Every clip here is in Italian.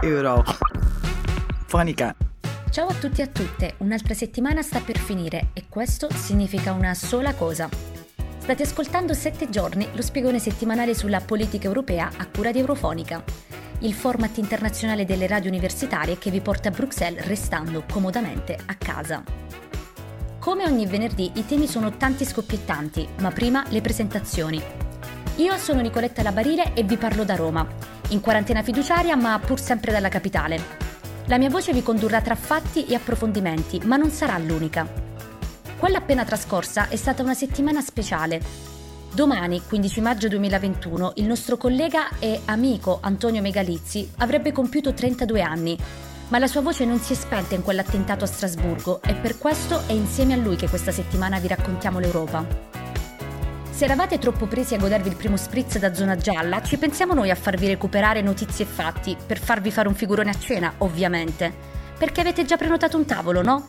Eurofonica. Ciao a tutti e a tutte, un'altra settimana sta per finire e questo significa una sola cosa. State ascoltando 7 giorni, lo spiegone settimanale sulla politica europea a cura di Eurofonica, il format internazionale delle radio universitarie che vi porta a Bruxelles restando comodamente a casa. Come ogni venerdì i temi sono tanti scoppiettanti, ma prima le presentazioni. Io sono Nicoletta Labarile e vi parlo da Roma, in quarantena fiduciaria ma pur sempre dalla capitale. La mia voce vi condurrà tra fatti e approfondimenti, ma non sarà l'unica. Quella appena trascorsa è stata una settimana speciale. Domani, 15 maggio 2021, il nostro collega e amico Antonio Megalizzi avrebbe compiuto 32 anni, ma la sua voce non si è spenta in quell'attentato a Strasburgo e per questo è insieme a lui che questa settimana vi raccontiamo l'Europa. Se eravate troppo presi a godervi il primo spritz da zona gialla, ci pensiamo noi a farvi recuperare notizie e fatti, per farvi fare un figurone a cena, ovviamente. Perché avete già prenotato un tavolo, no?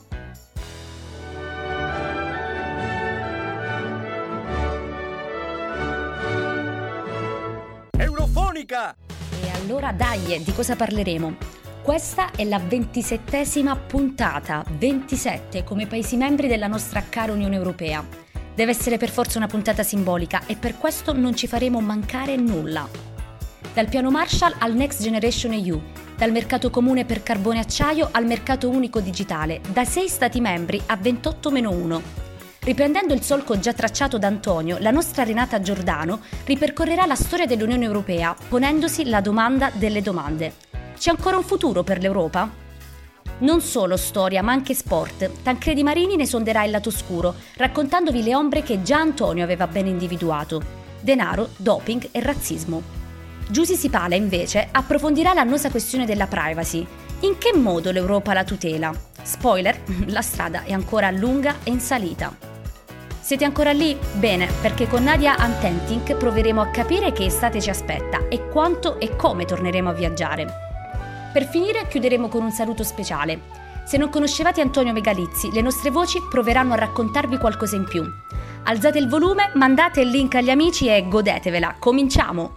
Eurofonica! E allora dai, di cosa parleremo? Questa è la 27ª puntata, 27 come Paesi membri della nostra cara Unione Europea. Deve essere per forza una puntata simbolica e per questo non ci faremo mancare nulla. Dal piano Marshall al Next Generation EU, dal mercato comune per carbone e acciaio al mercato unico digitale, da 6 Stati membri a 28-1. Riprendendo il solco già tracciato da Antonio, la nostra Renata Giordano ripercorrerà la storia dell'Unione Europea ponendosi la domanda delle domande. C'è ancora un futuro per l'Europa? Non solo storia, ma anche sport. Tancredi Marini ne sonderà il lato oscuro, raccontandovi le ombre che già Antonio aveva ben individuato: denaro, doping e razzismo. Giusy Sipala, invece, approfondirà l'annosa questione della privacy. In che modo l'Europa la tutela? Spoiler, la strada è ancora lunga e in salita. Siete ancora lì? Bene, perché con Nadia Antentink proveremo a capire che estate ci aspetta e quanto e come torneremo a viaggiare. Per finire chiuderemo con un saluto speciale. Se non conoscevate Antonio Megalizzi, le nostre voci proveranno a raccontarvi qualcosa in più. Alzate il volume, mandate il link agli amici e godetevela. Cominciamo!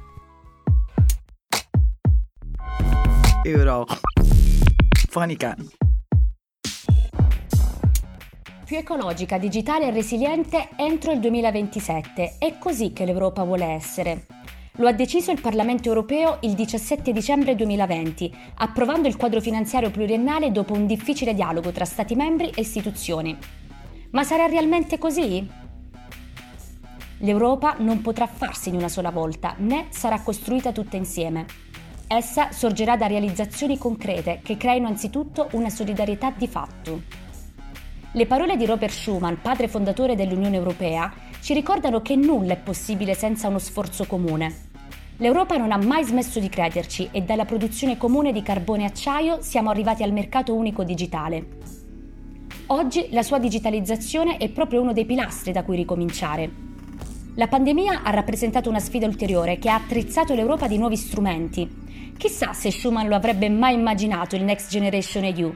Eurofonica. Più ecologica, digitale e resiliente entro il 2027. È così che l'Europa vuole essere. Lo ha deciso il Parlamento europeo il 17 dicembre 2020, approvando il quadro finanziario pluriennale dopo un difficile dialogo tra Stati membri e istituzioni. Ma sarà realmente così? L'Europa non potrà farsi in una sola volta, né sarà costruita tutta insieme. Essa sorgerà da realizzazioni concrete che creino anzitutto una solidarietà di fatto. Le parole di Robert Schuman, padre fondatore dell'Unione Europea, ci ricordano che nulla è possibile senza uno sforzo comune. L'Europa non ha mai smesso di crederci e dalla produzione comune di carbone e acciaio siamo arrivati al mercato unico digitale. Oggi la sua digitalizzazione è proprio uno dei pilastri da cui ricominciare. La pandemia ha rappresentato una sfida ulteriore che ha attrezzato l'Europa di nuovi strumenti. Chissà se Schuman lo avrebbe mai immaginato il Next Generation EU.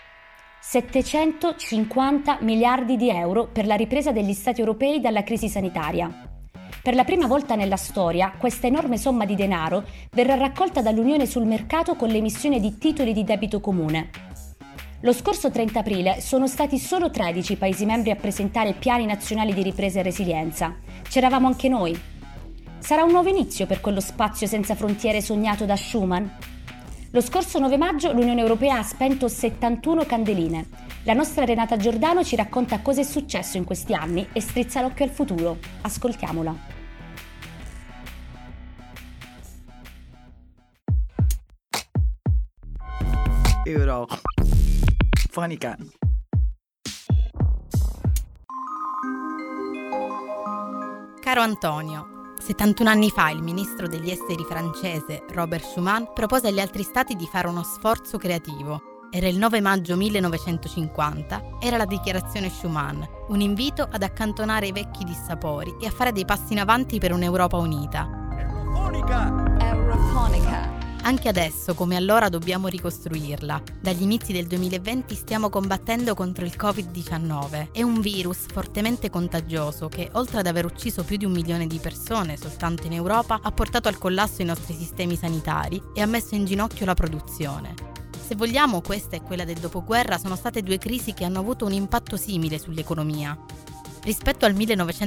750 miliardi di euro per la ripresa degli Stati europei dalla crisi sanitaria. Per la prima volta nella storia, questa enorme somma di denaro verrà raccolta dall'Unione sul mercato con l'emissione di titoli di debito comune. Lo scorso 30 aprile sono stati solo 13 Paesi membri a presentare piani nazionali di ripresa e resilienza. C'eravamo anche noi. Sarà un nuovo inizio per quello spazio senza frontiere sognato da Schuman? Lo scorso 9 maggio l'Unione Europea ha spento 71 candeline. La nostra Renata Giordano ci racconta cosa è successo in questi anni e strizza l'occhio al futuro. Ascoltiamola. Eurofonica. Caro Antonio, 71 anni fa il ministro degli esteri francese Robert Schuman propose agli altri stati di fare uno sforzo creativo. Era il 9 maggio 1950, era la dichiarazione Schuman, un invito ad accantonare i vecchi dissapori e a fare dei passi in avanti per un'Europa unita. Eurofonica! Eurofonica. Anche adesso, come allora, dobbiamo ricostruirla. Dagli inizi del 2020 stiamo combattendo contro il Covid-19. È un virus fortemente contagioso che, oltre ad aver ucciso più di 1 milione di persone soltanto in Europa, ha portato al collasso i nostri sistemi sanitari e ha messo in ginocchio la produzione. Se vogliamo, questa e quella del dopoguerra sono state 2 crisi che hanno avuto un impatto simile sull'economia. Rispetto al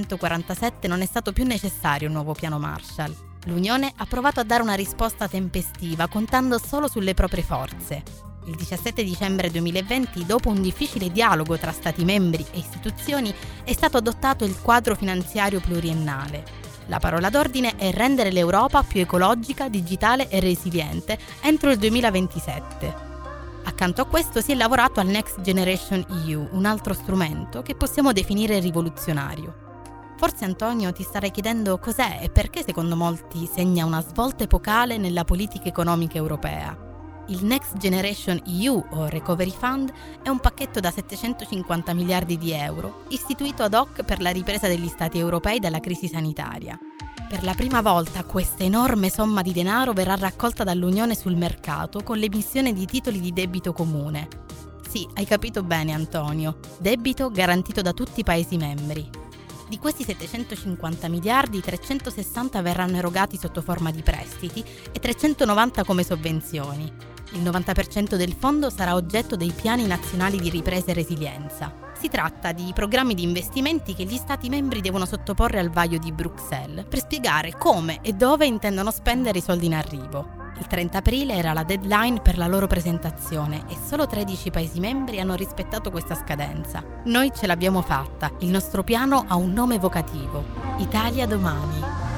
1947 non è stato più necessario un nuovo piano Marshall. L'Unione ha provato a dare una risposta tempestiva contando solo sulle proprie forze. Il 17 dicembre 2020, dopo un difficile dialogo tra Stati membri e istituzioni, è stato adottato il quadro finanziario pluriennale. La parola d'ordine è rendere l'Europa più ecologica, digitale e resiliente entro il 2027. Accanto a questo si è lavorato al Next Generation EU, un altro strumento che possiamo definire rivoluzionario. Forse, Antonio, ti starai chiedendo cos'è e perché secondo molti segna una svolta epocale nella politica economica europea. Il Next Generation EU, o Recovery Fund, è un pacchetto da 750 miliardi di euro, istituito ad hoc per la ripresa degli Stati europei dalla crisi sanitaria. Per la prima volta questa enorme somma di denaro verrà raccolta dall'Unione sul mercato con l'emissione di titoli di debito comune. Sì, hai capito bene, Antonio, debito garantito da tutti i Paesi membri. Di questi 750 miliardi, 360 verranno erogati sotto forma di prestiti e 390 come sovvenzioni. Il 90% del fondo sarà oggetto dei piani nazionali di ripresa e resilienza. Si tratta di programmi di investimenti che gli Stati membri devono sottoporre al vaglio di Bruxelles per spiegare come e dove intendono spendere i soldi in arrivo. Il 30 aprile era la deadline per la loro presentazione e solo 13 Paesi membri hanno rispettato questa scadenza. Noi ce l'abbiamo fatta, il nostro piano ha un nome evocativo: Italia domani.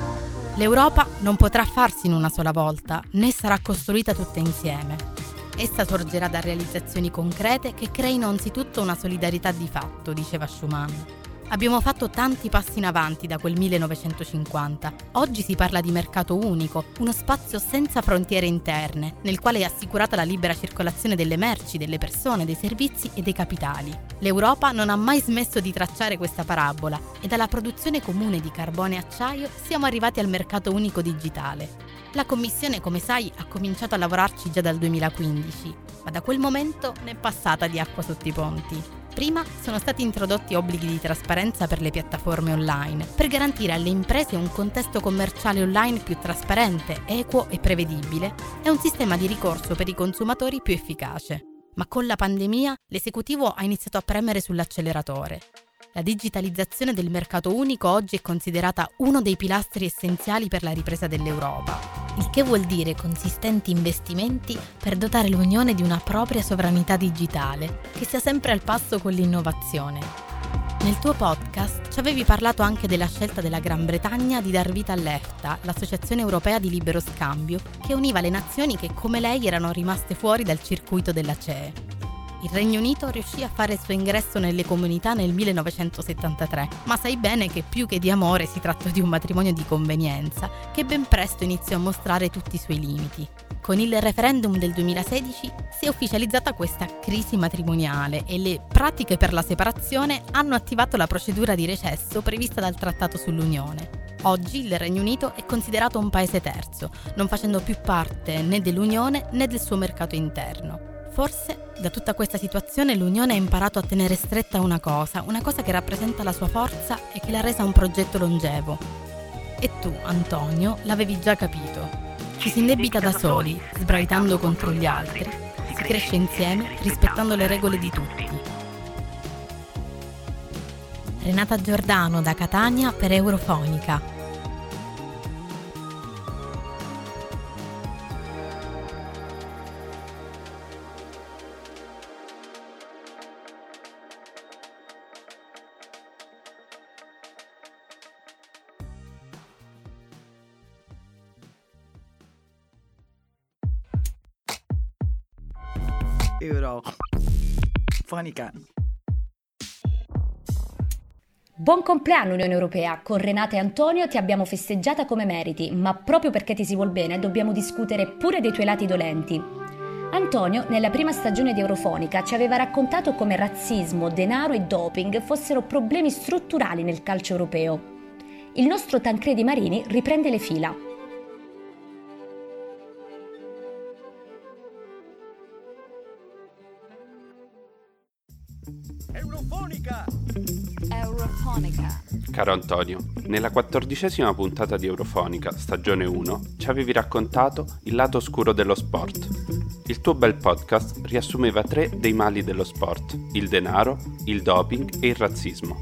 L'Europa non potrà farsi in una sola volta, né sarà costruita tutta insieme. Essa sorgerà da realizzazioni concrete che creino anzitutto una solidarietà di fatto, diceva Schuman. Abbiamo fatto tanti passi in avanti da quel 1950. Oggi si parla di mercato unico, uno spazio senza frontiere interne, nel quale è assicurata la libera circolazione delle merci, delle persone, dei servizi e dei capitali. L'Europa non ha mai smesso di tracciare questa parabola e dalla produzione comune di carbone e acciaio siamo arrivati al mercato unico digitale. La Commissione, come sai, ha cominciato a lavorarci già dal 2015, ma da quel momento ne è passata di acqua sotto i ponti. Prima sono stati introdotti obblighi di trasparenza per le piattaforme online, per garantire alle imprese un contesto commerciale online più trasparente, equo e prevedibile e un sistema di ricorso per i consumatori più efficace. Ma con la pandemia l'esecutivo ha iniziato a premere sull'acceleratore. La digitalizzazione del mercato unico oggi è considerata uno dei pilastri essenziali per la ripresa dell'Europa, il che vuol dire consistenti investimenti per dotare l'Unione di una propria sovranità digitale, che sia sempre al passo con l'innovazione. Nel tuo podcast ci avevi parlato anche della scelta della Gran Bretagna di dar vita all'EFTA, l'Associazione Europea di Libero Scambio, che univa le nazioni che come lei erano rimaste fuori dal circuito della CE. Il Regno Unito riuscì a fare il suo ingresso nelle comunità nel 1973, ma sai bene che più che di amore si tratta di un matrimonio di convenienza che ben presto iniziò a mostrare tutti i suoi limiti. Con il referendum del 2016 si è ufficializzata questa crisi matrimoniale e le pratiche per la separazione hanno attivato la procedura di recesso prevista dal Trattato sull'Unione. Oggi il Regno Unito è considerato un paese terzo, non facendo più parte né dell'Unione né del suo mercato interno. Forse da tutta questa situazione l'Unione ha imparato a tenere stretta una cosa che rappresenta la sua forza e che l'ha resa un progetto longevo. E tu, Antonio, l'avevi già capito. Ci si indebita da soli, sbraitando contro gli altri. Si cresce insieme, rispettando le regole di tutti. Renata Giordano da Catania per Eurofonica. Eurofonica. Buon compleanno Unione Europea, con Renata e Antonio ti abbiamo festeggiata come meriti, ma proprio perché ti si vuol bene dobbiamo discutere pure dei tuoi lati dolenti. Antonio, nella prima stagione di Eurofonica, ci aveva raccontato come razzismo, denaro e doping fossero problemi strutturali nel calcio europeo. Il nostro Tancredi Marini riprende le fila. Caro Antonio, nella 14ª puntata di Eurofonica, stagione 1, ci avevi raccontato il lato oscuro dello sport. Il tuo bel podcast riassumeva 3 dei mali dello sport: il denaro, il doping e il razzismo.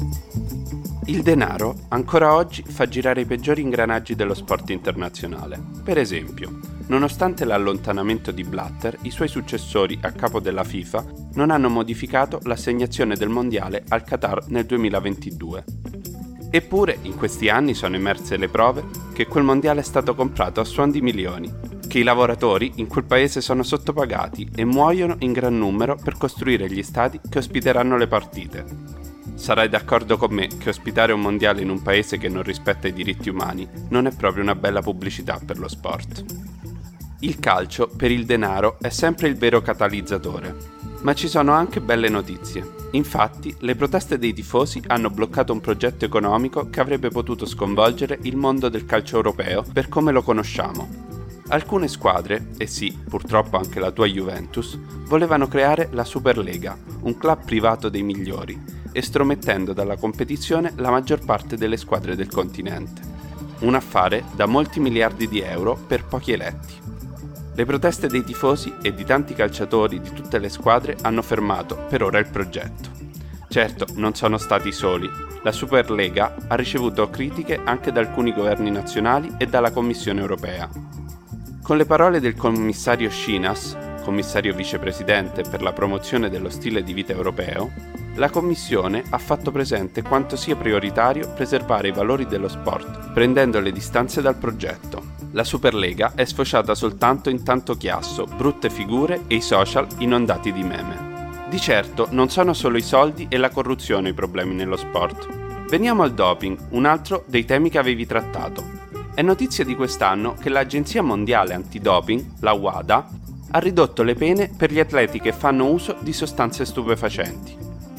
Il denaro ancora oggi fa girare i peggiori ingranaggi dello sport internazionale. Per esempio, nonostante l'allontanamento di Blatter, i suoi successori a capo della FIFA non hanno modificato l'assegnazione del mondiale al Qatar nel 2022. Eppure, in questi anni sono emerse le prove che quel mondiale è stato comprato a suon di milioni, che i lavoratori in quel paese sono sottopagati e muoiono in gran numero per costruire gli stadi che ospiteranno le partite. Sarai d'accordo con me che ospitare un mondiale in un paese che non rispetta i diritti umani non è proprio una bella pubblicità per lo sport. Il calcio, per il denaro, è sempre il vero catalizzatore. Ma ci sono anche belle notizie. Infatti, le proteste dei tifosi hanno bloccato un progetto economico che avrebbe potuto sconvolgere il mondo del calcio europeo per come lo conosciamo. Alcune squadre, e sì, purtroppo anche la tua Juventus, volevano creare la Superlega, un club privato dei migliori, estromettendo dalla competizione la maggior parte delle squadre del continente. Un affare da molti miliardi di euro per pochi eletti. Le proteste dei tifosi e di tanti calciatori di tutte le squadre hanno fermato per ora il progetto. Certo, non sono stati soli. La Superlega ha ricevuto critiche anche da alcuni governi nazionali e dalla Commissione europea. Con le parole del commissario Schinas, commissario vicepresidente per la promozione dello stile di vita europeo, la Commissione ha fatto presente quanto sia prioritario preservare i valori dello sport, prendendo le distanze dal progetto. La Superlega è sfociata soltanto in tanto chiasso, brutte figure e i social inondati di meme. Di certo non sono solo i soldi e la corruzione i problemi nello sport. Veniamo al doping, un altro dei temi che avevi trattato. È notizia di quest'anno che l'Agenzia Mondiale Antidoping, la WADA, ha ridotto le pene per gli atleti che fanno uso di sostanze stupefacenti.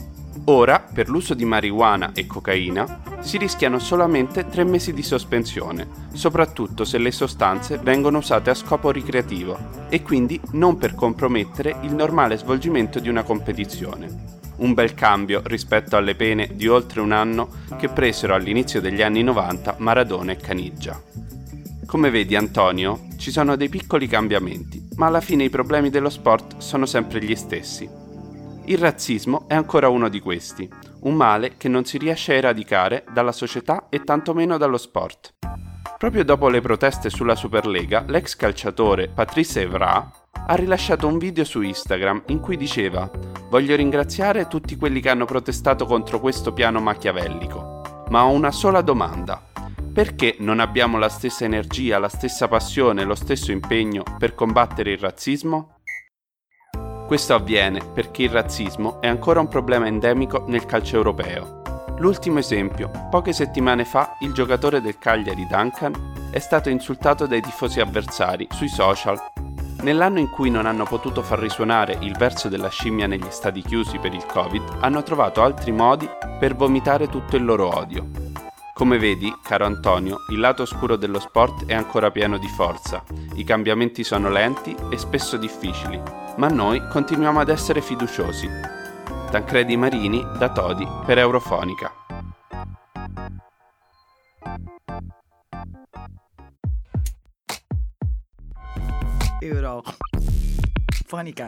Ora, per l'uso di marijuana e cocaina, si rischiano solamente 3 mesi di sospensione, soprattutto se le sostanze vengono usate a scopo ricreativo e quindi non per compromettere il normale svolgimento di una competizione. Un bel cambio rispetto alle pene di oltre un anno che presero all'inizio degli anni 90 Maradona e Caniggia. Come vedi, Antonio, ci sono dei piccoli cambiamenti, ma alla fine i problemi dello sport sono sempre gli stessi. Il razzismo è ancora uno di questi, un male che non si riesce a eradicare dalla società e tantomeno dallo sport. Proprio dopo le proteste sulla Superlega, l'ex calciatore Patrice Evra ha rilasciato un video su Instagram in cui diceva: «Voglio ringraziare tutti quelli che hanno protestato contro questo piano machiavellico, ma ho una sola domanda. Perché non abbiamo la stessa energia, la stessa passione, lo stesso impegno per combattere il razzismo?» Questo avviene perché il razzismo è ancora un problema endemico nel calcio europeo. L'ultimo esempio: poche settimane fa il giocatore del Cagliari Duncan è stato insultato dai tifosi avversari sui social. Nell'anno in cui non hanno potuto far risuonare il verso della scimmia negli stadi chiusi per il Covid, hanno trovato altri modi per vomitare tutto il loro odio. Come vedi, caro Antonio, il lato oscuro dello sport è ancora pieno di forza. I cambiamenti sono lenti e spesso difficili, ma noi continuiamo ad essere fiduciosi. Tancredi Marini, da Todi, per Eurofonica. Eurofonica.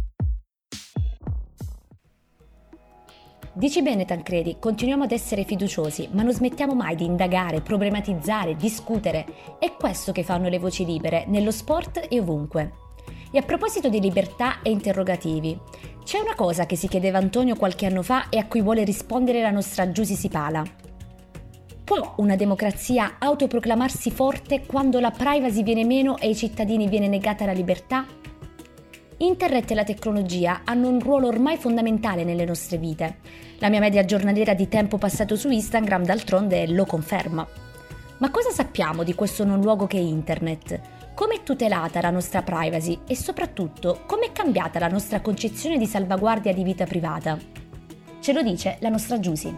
Dici bene, Tancredi, continuiamo ad essere fiduciosi, ma non smettiamo mai di indagare, problematizzare, discutere. È questo che fanno le voci libere, nello sport e ovunque. E a proposito di libertà e interrogativi, c'è una cosa che si chiedeva Antonio qualche anno fa e a cui vuole rispondere la nostra Giusy Sipala. Può una democrazia autoproclamarsi forte quando la privacy viene meno e ai cittadini viene negata la libertà? Internet e la tecnologia hanno un ruolo ormai fondamentale nelle nostre vite. La mia media giornaliera di tempo passato su Instagram d'altronde lo conferma. Ma cosa sappiamo di questo non luogo che è Internet? Come è tutelata la nostra privacy e soprattutto come è cambiata la nostra concezione di salvaguardia di vita privata? Ce lo dice la nostra Giusy.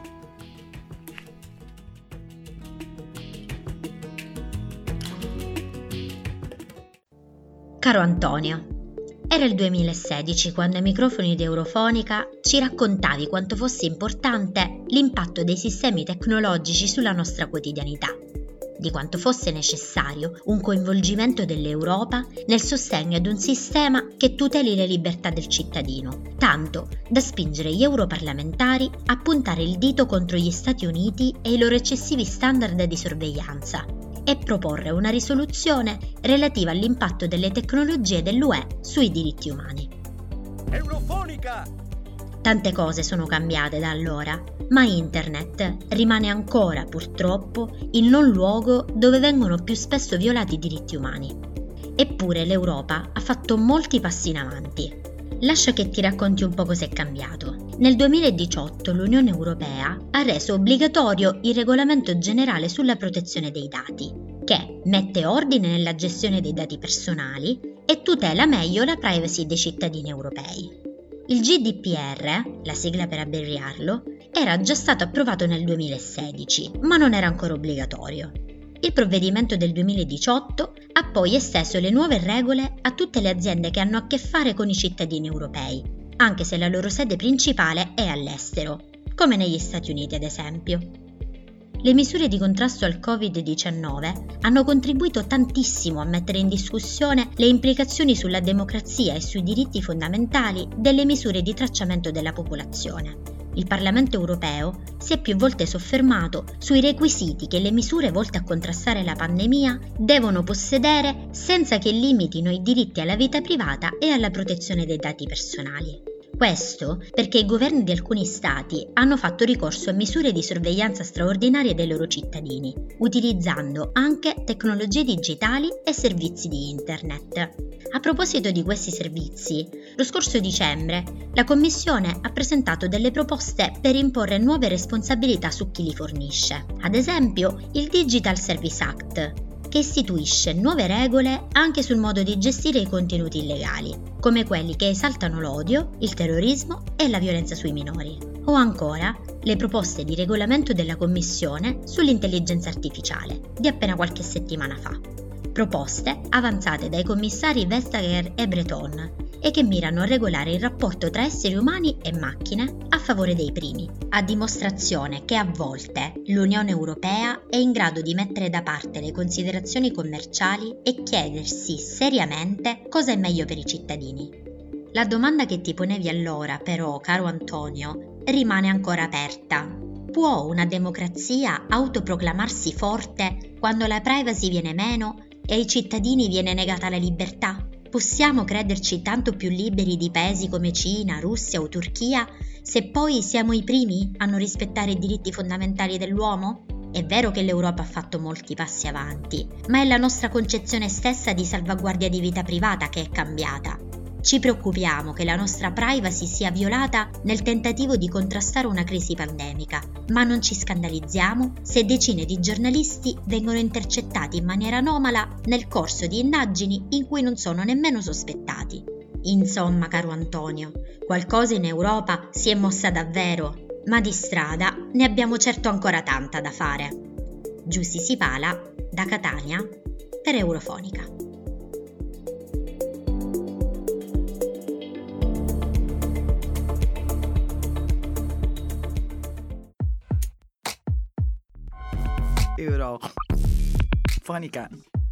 Caro Antonio, è Era il 2016 quando ai microfoni di Eurofonica ci raccontavi quanto fosse importante l'impatto dei sistemi tecnologici sulla nostra quotidianità, di quanto fosse necessario un coinvolgimento dell'Europa nel sostegno ad un sistema che tuteli le libertà del cittadino, tanto da spingere gli europarlamentari a puntare il dito contro gli Stati Uniti e i loro eccessivi standard di sorveglianza e proporre una risoluzione relativa all'impatto delle tecnologie dell'UE sui diritti umani. Eurofonica! Tante cose sono cambiate da allora, ma Internet rimane ancora, purtroppo, il non luogo dove vengono più spesso violati i diritti umani. Eppure l'Europa ha fatto molti passi in avanti. Lascia che ti racconti un po' cosa è cambiato. Nel 2018 l'Unione Europea ha reso obbligatorio il Regolamento Generale sulla protezione dei dati, che mette ordine nella gestione dei dati personali e tutela meglio la privacy dei cittadini europei. Il GDPR, la sigla per abbreviarlo, era già stato approvato nel 2016, ma non era ancora obbligatorio. Il provvedimento del 2018 ha poi esteso le nuove regole a tutte le aziende che hanno a che fare con i cittadini europei, anche se la loro sede principale è all'estero, come negli Stati Uniti ad esempio. Le misure di contrasto al Covid-19 hanno contribuito tantissimo a mettere in discussione le implicazioni sulla democrazia e sui diritti fondamentali delle misure di tracciamento della popolazione. Il Parlamento europeo si è più volte soffermato sui requisiti che le misure volte a contrastare la pandemia devono possedere senza che limitino i diritti alla vita privata e alla protezione dei dati personali. Questo perché i governi di alcuni stati hanno fatto ricorso a misure di sorveglianza straordinarie dei loro cittadini, utilizzando anche tecnologie digitali e servizi di internet. A proposito di questi servizi, lo scorso dicembre la Commissione ha presentato delle proposte per imporre nuove responsabilità su chi li fornisce. Ad esempio, il Digital Service Act, che istituisce nuove regole anche sul modo di gestire i contenuti illegali, come quelli che esaltano l'odio, il terrorismo e la violenza sui minori. O ancora, le proposte di regolamento della Commissione sull'intelligenza artificiale, di appena qualche settimana fa. Proposte avanzate dai commissari Vestager e Breton e che mirano a regolare il rapporto tra esseri umani e macchine a favore dei primi, a dimostrazione che a volte l'Unione Europea è in grado di mettere da parte le considerazioni commerciali e chiedersi seriamente cosa è meglio per i cittadini. La domanda che ti ponevi allora, però, caro Antonio, rimane ancora aperta. Può una democrazia autoproclamarsi forte quando la privacy viene meno e ai cittadini viene negata la libertà? Possiamo crederci tanto più liberi di paesi come Cina, Russia o Turchia se poi siamo i primi a non rispettare i diritti fondamentali dell'uomo? È vero che l'Europa ha fatto molti passi avanti, ma è la nostra concezione stessa di salvaguardia di vita privata che è cambiata. Ci preoccupiamo che la nostra privacy sia violata nel tentativo di contrastare una crisi pandemica, ma non ci scandalizziamo se decine di giornalisti vengono intercettati in maniera anomala nel corso di indagini in cui non sono nemmeno sospettati. Insomma, caro Antonio, qualcosa in Europa si è mossa davvero, ma di strada ne abbiamo certo ancora tanta da fare. Giussi Sipala, da Catania, per Eurofonica. Eurofonica.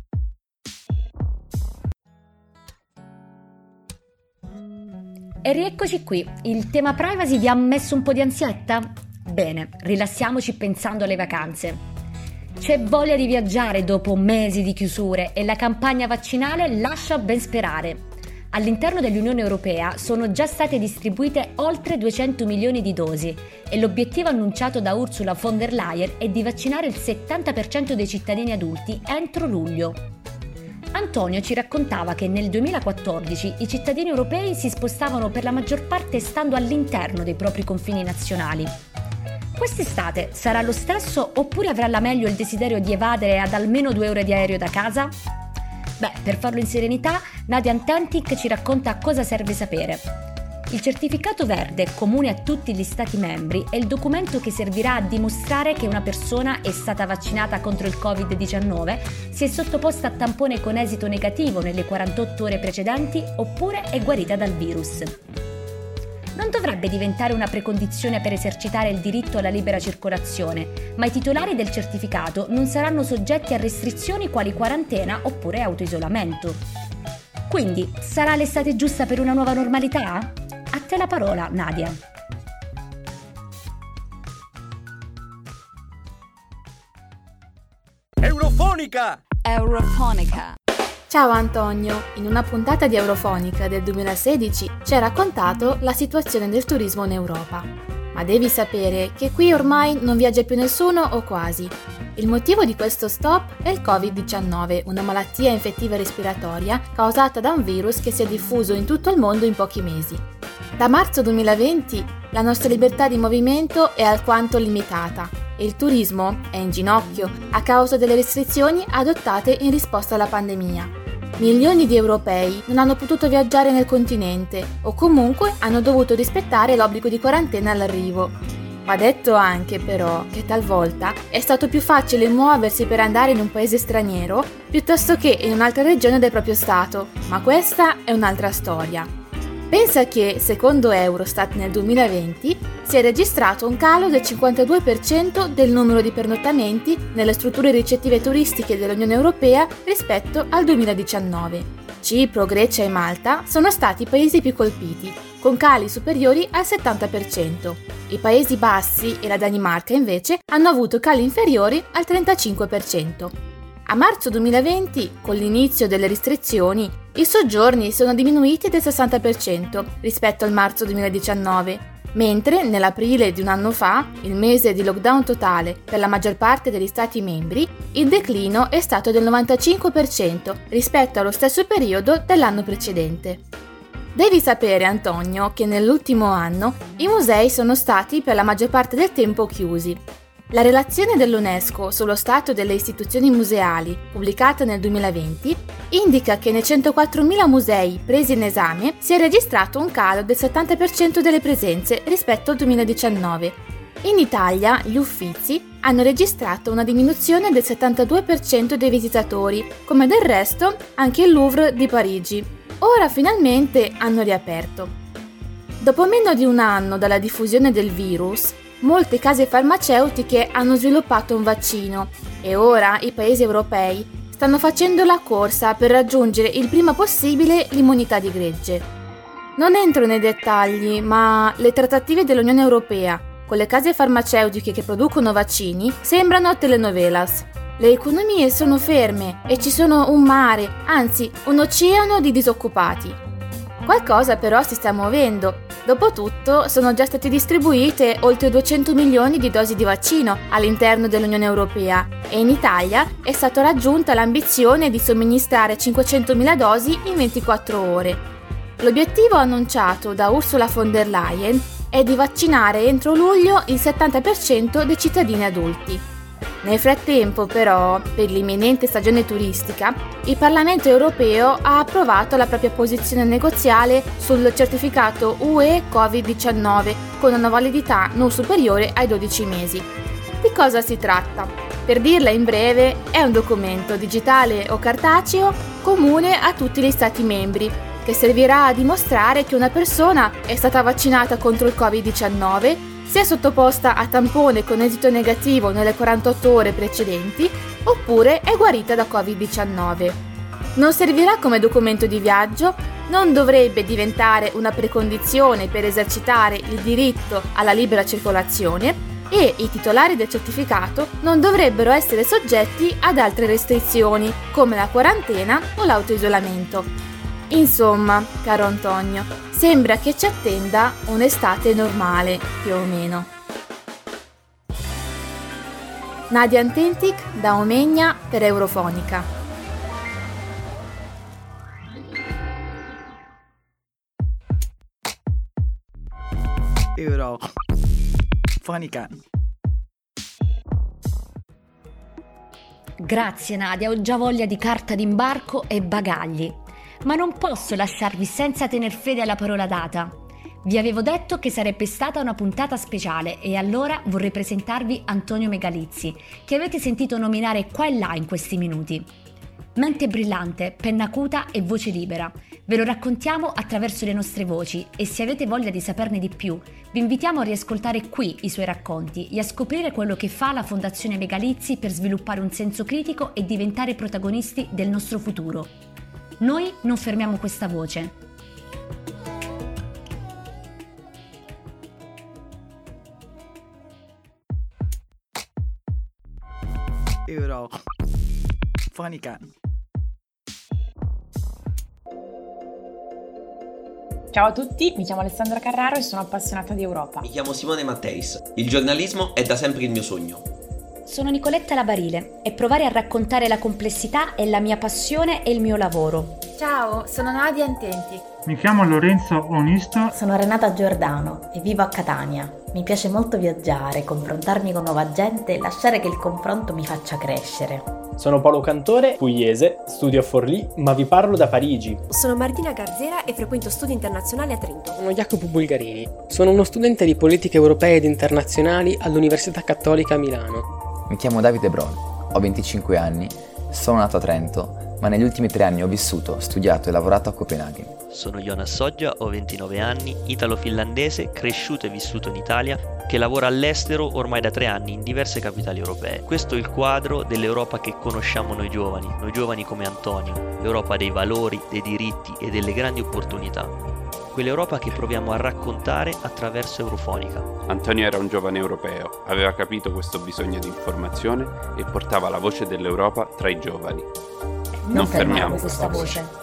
E rieccoci qui, il tema privacy vi ha messo un po' di ansietta? Bene, rilassiamoci pensando alle vacanze. C'è voglia di viaggiare dopo mesi di chiusure e la campagna vaccinale lascia ben sperare. All'interno dell'Unione Europea sono già state distribuite oltre 200 milioni di dosi e l'obiettivo annunciato da Ursula von der Leyen è di vaccinare il 70% dei cittadini adulti entro luglio. Antonio ci raccontava che nel 2014 i cittadini europei si spostavano per la maggior parte stando all'interno dei propri confini nazionali. Quest'estate sarà lo stesso oppure avrà la meglio il desiderio di evadere ad almeno 2 ore di aereo da casa? Beh, per farlo in serenità, Nadia Antentic ci racconta cosa serve sapere. Il certificato verde, comune a tutti gli Stati membri, è il documento che servirà a dimostrare che una persona è stata vaccinata contro il Covid-19, si è sottoposta a tampone con esito negativo nelle 48 ore precedenti oppure è guarita dal virus. Non dovrebbe diventare una precondizione per esercitare il diritto alla libera circolazione, ma i titolari del certificato non saranno soggetti a restrizioni quali quarantena oppure autoisolamento. Quindi, sarà l'estate giusta per una nuova normalità? A te la parola, Nadia. Eurofonica! Ciao Antonio, in una puntata di Eurofonica del 2016 ci hai raccontato la situazione del turismo in Europa. Ma devi sapere che qui ormai non viaggia più nessuno o quasi. Il motivo di questo stop è il Covid-19, una malattia infettiva respiratoria causata da un virus che si è diffuso in tutto il mondo in pochi mesi. Da marzo 2020 la nostra libertà di movimento è alquanto limitata e il turismo è in ginocchio a causa delle restrizioni adottate in risposta alla pandemia. Milioni di europei non hanno potuto viaggiare nel continente o comunque hanno dovuto rispettare l'obbligo di quarantena all'arrivo. Va detto anche però che talvolta è stato più facile muoversi per andare in un paese straniero piuttosto che in un'altra regione del proprio stato, ma questa è un'altra storia. Pensa che, secondo Eurostat nel 2020, si è registrato un calo del 52% del numero di pernottamenti nelle strutture ricettive turistiche dell'Unione Europea rispetto al 2019. Cipro, Grecia e Malta sono stati i paesi più colpiti, con cali superiori al 70%. I Paesi Bassi e la Danimarca, invece, hanno avuto cali inferiori al 35%. A marzo 2020, con l'inizio delle restrizioni, i soggiorni sono diminuiti del 60% rispetto al marzo 2019, mentre nell'aprile di un anno fa, il mese di lockdown totale per la maggior parte degli Stati membri, il declino è stato del 95% rispetto allo stesso periodo dell'anno precedente. Devi sapere, Antonio, che nell'ultimo anno i musei sono stati per la maggior parte del tempo chiusi. La relazione dell'UNESCO sullo stato delle istituzioni museali, pubblicata nel 2020, indica che nei 104.000 musei presi in esame si è registrato un calo del 70% delle presenze rispetto al 2019. In Italia gli Uffizi hanno registrato una diminuzione del 72% dei visitatori, come del resto anche il Louvre di Parigi. Ora finalmente hanno riaperto. Dopo meno di un anno dalla diffusione del virus, molte case farmaceutiche hanno sviluppato un vaccino e ora i paesi europei stanno facendo la corsa per raggiungere il prima possibile l'immunità di gregge. Non entro nei dettagli, ma le trattative dell'Unione Europea con le case farmaceutiche che producono vaccini sembrano telenovelas. Le economie sono ferme e ci sono un mare, anzi un oceano di disoccupati. Qualcosa però si sta muovendo. Dopotutto sono già state distribuite oltre 200 milioni di dosi di vaccino all'interno dell'Unione Europea e in Italia è stata raggiunta l'ambizione di somministrare 500.000 dosi in 24 ore. L'obiettivo annunciato da Ursula von der Leyen è di vaccinare entro luglio il 70% dei cittadini adulti. Nel frattempo, però, per l'imminente stagione turistica, il Parlamento europeo ha approvato la propria posizione negoziale sul certificato UE Covid-19 con una validità non superiore ai 12 mesi. Di cosa si tratta? Per dirla in breve, è un documento digitale o cartaceo comune a tutti gli Stati membri, che servirà a dimostrare che una persona è stata vaccinata contro il Covid-19, si è sottoposta a tampone con esito negativo nelle 48 ore precedenti oppure è guarita da Covid-19. Non servirà come documento di viaggio, non dovrebbe diventare una precondizione per esercitare il diritto alla libera circolazione e i titolari del certificato non dovrebbero essere soggetti ad altre restrizioni come la quarantena o l'autoisolamento. Insomma, caro Antonio, sembra che ci attenda un'estate normale, più o meno. Nadia Antentic da Omegna per Eurofonica. Eurofonica. Grazie Nadia, ho già voglia di carta d'imbarco e bagagli. Ma non posso lasciarvi senza tener fede alla parola data. Vi avevo detto che sarebbe stata una puntata speciale e allora vorrei presentarvi Antonio Megalizzi, che avete sentito nominare qua e là in questi minuti. Mente brillante, penna acuta e voce libera. Ve lo raccontiamo attraverso le nostre voci e se avete voglia di saperne di più, vi invitiamo a riascoltare qui i suoi racconti e a scoprire quello che fa la Fondazione Megalizzi per sviluppare un senso critico e diventare protagonisti del nostro futuro. Noi non fermiamo questa voce. Eurofonica. Ciao a tutti, mi chiamo Alessandra Carraro e sono appassionata di Europa. Mi chiamo Simone Matteis. Il giornalismo è da sempre il mio sogno. Sono Nicoletta Labarile e provare a raccontare la complessità è la mia passione e il mio lavoro. Ciao, sono Nadia Intenti. Mi chiamo Lorenzo Onisto. Sono Renata Giordano e vivo a Catania. Mi piace molto viaggiare, confrontarmi con nuova gente e lasciare che il confronto mi faccia crescere. Sono Paolo Cantore, pugliese, studio a Forlì, ma vi parlo da Parigi. Sono Martina Garzera e frequento studi internazionali a Trento. Sono Jacopo Bulgarini. Sono uno studente di politiche europee ed internazionali all'Università Cattolica a Milano. Mi chiamo Davide Bron, ho 25 anni, sono nato a Trento, ma negli ultimi 3 anni ho vissuto, studiato e lavorato a Copenaghen. Sono Jonas Soggia, ho 29 anni, italo-finlandese, cresciuto e vissuto in Italia, che lavora all'estero ormai da 3 anni in diverse capitali europee. Questo è il quadro dell'Europa che conosciamo noi giovani come Antonio, l'Europa dei valori, dei diritti e delle grandi opportunità. Quell'Europa che proviamo a raccontare attraverso Eurofonica. Antonio era un giovane europeo, aveva capito questo bisogno di informazione e portava la voce dell'Europa tra i giovani. Non fermiamo questa voce.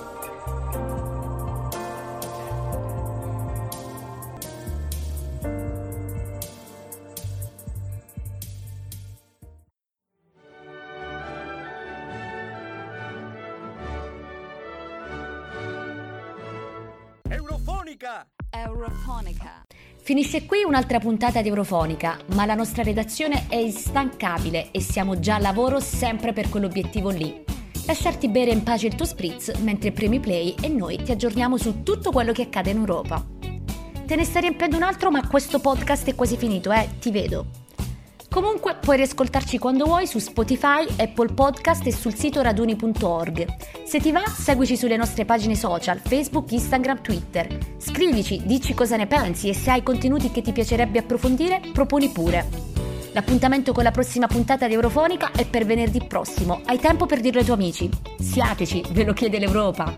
Eurofonica. Finisce qui un'altra puntata di Eurofonica, ma la nostra redazione è instancabile e siamo già al lavoro sempre per quell'obiettivo lì. Lasciarti bere in pace il tuo spritz mentre premi play e noi ti aggiorniamo su tutto quello che accade in Europa. Te ne stai riempiendo un altro, ma questo podcast è quasi finito, ti vedo. Comunque puoi riascoltarci quando vuoi su Spotify, Apple Podcast e sul sito raduni.org. Se ti va, seguici sulle nostre pagine social, Facebook, Instagram, Twitter. Scrivici, dici cosa ne pensi e se hai contenuti che ti piacerebbe approfondire, proponi pure. L'appuntamento con la prossima puntata di Eurofonica è per venerdì prossimo. Hai tempo per dirlo ai tuoi amici. Siateci, ve lo chiede l'Europa.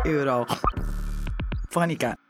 Eurofonica.